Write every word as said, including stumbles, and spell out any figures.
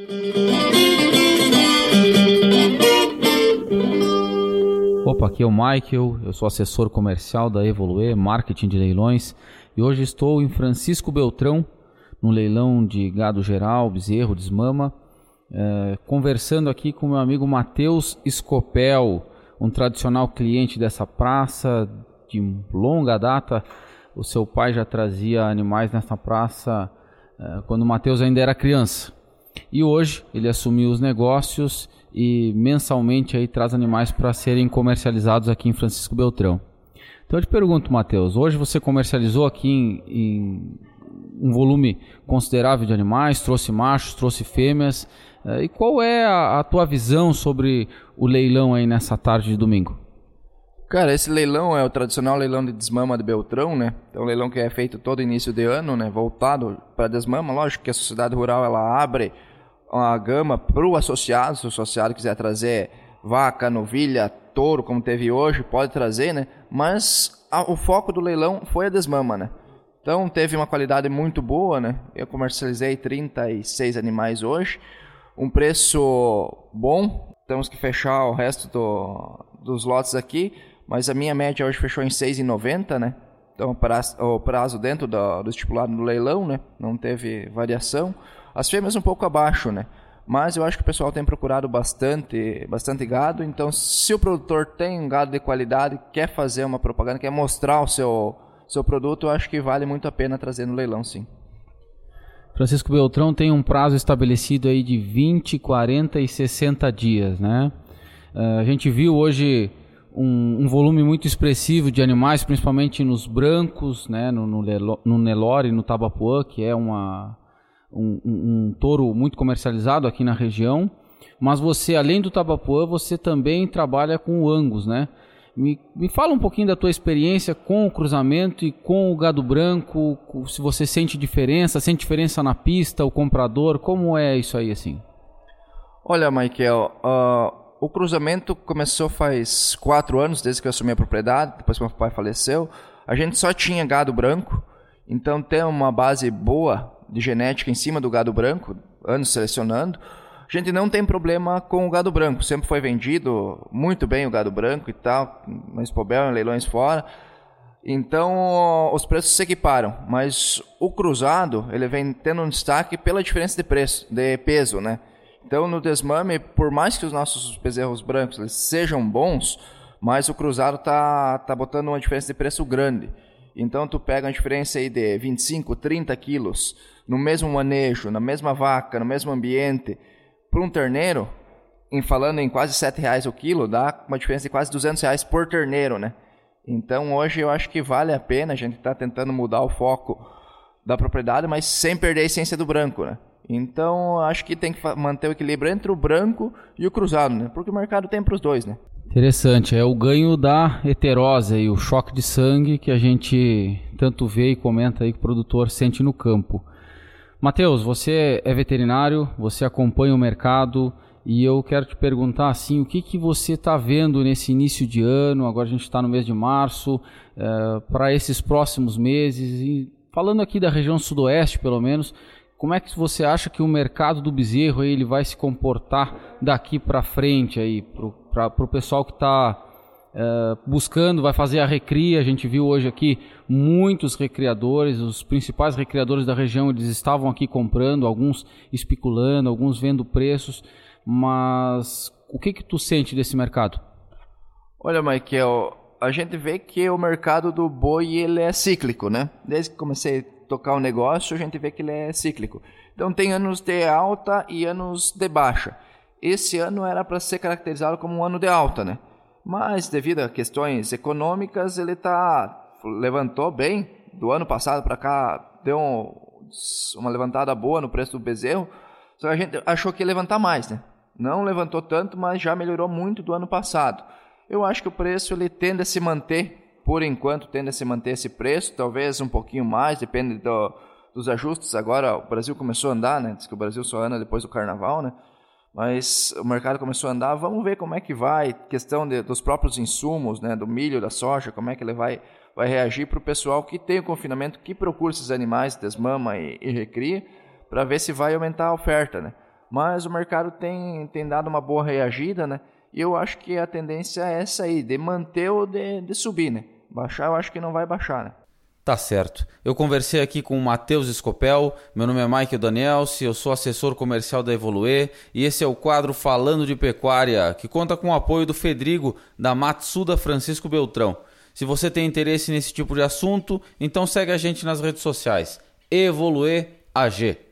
Opa, aqui é o Michael, eu sou assessor comercial da Evolue, marketing de leilões, e hoje estou em Francisco Beltrão, no leilão de gado geral, bezerro, desmama, é, conversando aqui com meu amigo Matheus Scopel, um tradicional cliente dessa praça de longa data. O seu pai já trazia animais nessa praça é, quando o Matheus ainda era criança. E hoje ele assumiu os negócios e mensalmente aí traz animais para serem comercializados aqui em Francisco Beltrão. Então eu te pergunto, Matheus, hoje você comercializou aqui em, em um volume considerável de animais, trouxe machos, trouxe fêmeas, e qual é a, a tua visão sobre o leilão aí nessa tarde de domingo? Cara, esse leilão é o tradicional leilão de desmama de Beltrão, né? É um leilão que é feito todo início de ano, né? Voltado para desmama. Lógico que a sociedade rural ela abre uma gama para o associado. Se o associado quiser trazer vaca, novilha, touro, como teve hoje, pode trazer, né? Mas a, o foco do leilão foi a desmama, né? Então teve uma qualidade muito boa, né? Eu comercializei trinta e seis animais hoje. Um preço bom. Temos que fechar o resto do, dos lotes aqui. Mas a minha média hoje fechou em seis reais e noventa centavos, né? Então o prazo, o prazo dentro do, do estipulado do leilão, né? Não teve variação. As fêmeas um pouco abaixo, né? Mas eu acho que o pessoal tem procurado bastante, bastante gado. Então, se o produtor tem um gado de qualidade, quer fazer uma propaganda, quer mostrar o seu, seu produto, eu acho que vale muito a pena trazer no leilão, sim. Francisco Beltrão tem um prazo estabelecido aí de vinte, quarenta e sessenta dias, né? Uh, a gente viu hoje um, um volume muito expressivo de animais, principalmente nos brancos, né? No, no, no Nelore e no Tabapuã, que é uma... Um, um, um touro muito comercializado aqui na região, mas você, além do Tabapuã, você também trabalha com o Angus, né? Me, me fala um pouquinho da tua experiência com o cruzamento e com o gado branco, se você sente diferença, sente diferença na pista, o comprador, como é isso aí assim? Olha, Michael, uh, o cruzamento começou faz quatro anos, desde que eu assumi a propriedade, depois que meu pai faleceu. A gente só tinha gado branco, então tem uma base boa de genética em cima do gado branco, anos selecionando. A gente não tem problema com o gado branco, sempre foi vendido muito bem o gado branco e tal, na Expobel, em leilões fora. Então os preços se equiparam, mas o cruzado ele vem tendo um destaque pela diferença de preço, de peso, né? Então no desmame, por mais que os nossos bezerros brancos eles sejam bons, mas o cruzado tá, tá botando uma diferença de preço grande. Então tu pega uma diferença aí de vinte e cinco, trinta quilos no mesmo manejo, na mesma vaca, no mesmo ambiente, para um terneiro, em falando em quase sete reais o quilo, dá uma diferença de quase duzentos reais por terneiro, né? Então hoje eu acho que vale a pena, a gente está tentando mudar o foco da propriedade, mas sem perder a essência do branco, né? Então acho que tem que manter o equilíbrio entre o branco e o cruzado, né? Porque o mercado tem para os dois, né? Interessante, é o ganho da heterose e o choque de sangue que a gente tanto vê e comenta aí que o produtor sente no campo. Matheus, você é veterinário, você acompanha o mercado e eu quero te perguntar assim, o que, que você está vendo nesse início de ano, agora a gente está no mês de março, é, para esses próximos meses, e falando aqui da região sudoeste pelo menos, como é que você acha que o mercado do bezerro aí, ele vai se comportar daqui para frente aí, para o pessoal que está uh, buscando, vai fazer a recria? A gente viu hoje aqui muitos recriadores, os principais recriadores da região, eles estavam aqui comprando, alguns especulando, alguns vendo preços, mas o que que tu sente desse mercado? Olha, Michael, a gente vê que o mercado do boi ele é cíclico, né? Desde que comecei a tocar o negócio, a gente vê que ele é cíclico. Então tem anos de alta e anos de baixa. Esse ano era para ser caracterizado como um ano de alta, né? Mas devido a questões econômicas, ele tá levantou bem. Do ano passado para cá, deu um, uma levantada boa no preço do bezerro. Só que a gente achou que ia levantar mais, né? Não levantou tanto, mas já melhorou muito do ano passado. Eu acho que o preço ele tende a se manter. Por enquanto tende a se manter esse preço, talvez um pouquinho mais, depende do, dos ajustes. Agora o Brasil começou a andar, né? Diz que o Brasil só anda depois do carnaval, né? Mas o mercado começou a andar, vamos ver como é que vai, questão de, dos próprios insumos, né? Do milho, da soja, como é que ele vai, vai reagir para o pessoal que tem o confinamento, que procura esses animais, desmama e, e recria, para ver se vai aumentar a oferta, né? mas o mercado tem, tem dado uma boa reagida, né? E eu acho que a tendência é essa aí, de manter ou de, de subir, né? Baixar eu acho que não vai baixar, né? Tá certo. Eu conversei aqui com o Matheus Scopel, meu nome é Michael Danielsi, eu sou assessor comercial da Evoluê e esse é o quadro Falando de Pecuária, que conta com o apoio do Fedrigo, da Matsuda Francisco Beltrão. Se você tem interesse nesse tipo de assunto, então segue a gente nas redes sociais. Evoluê A G.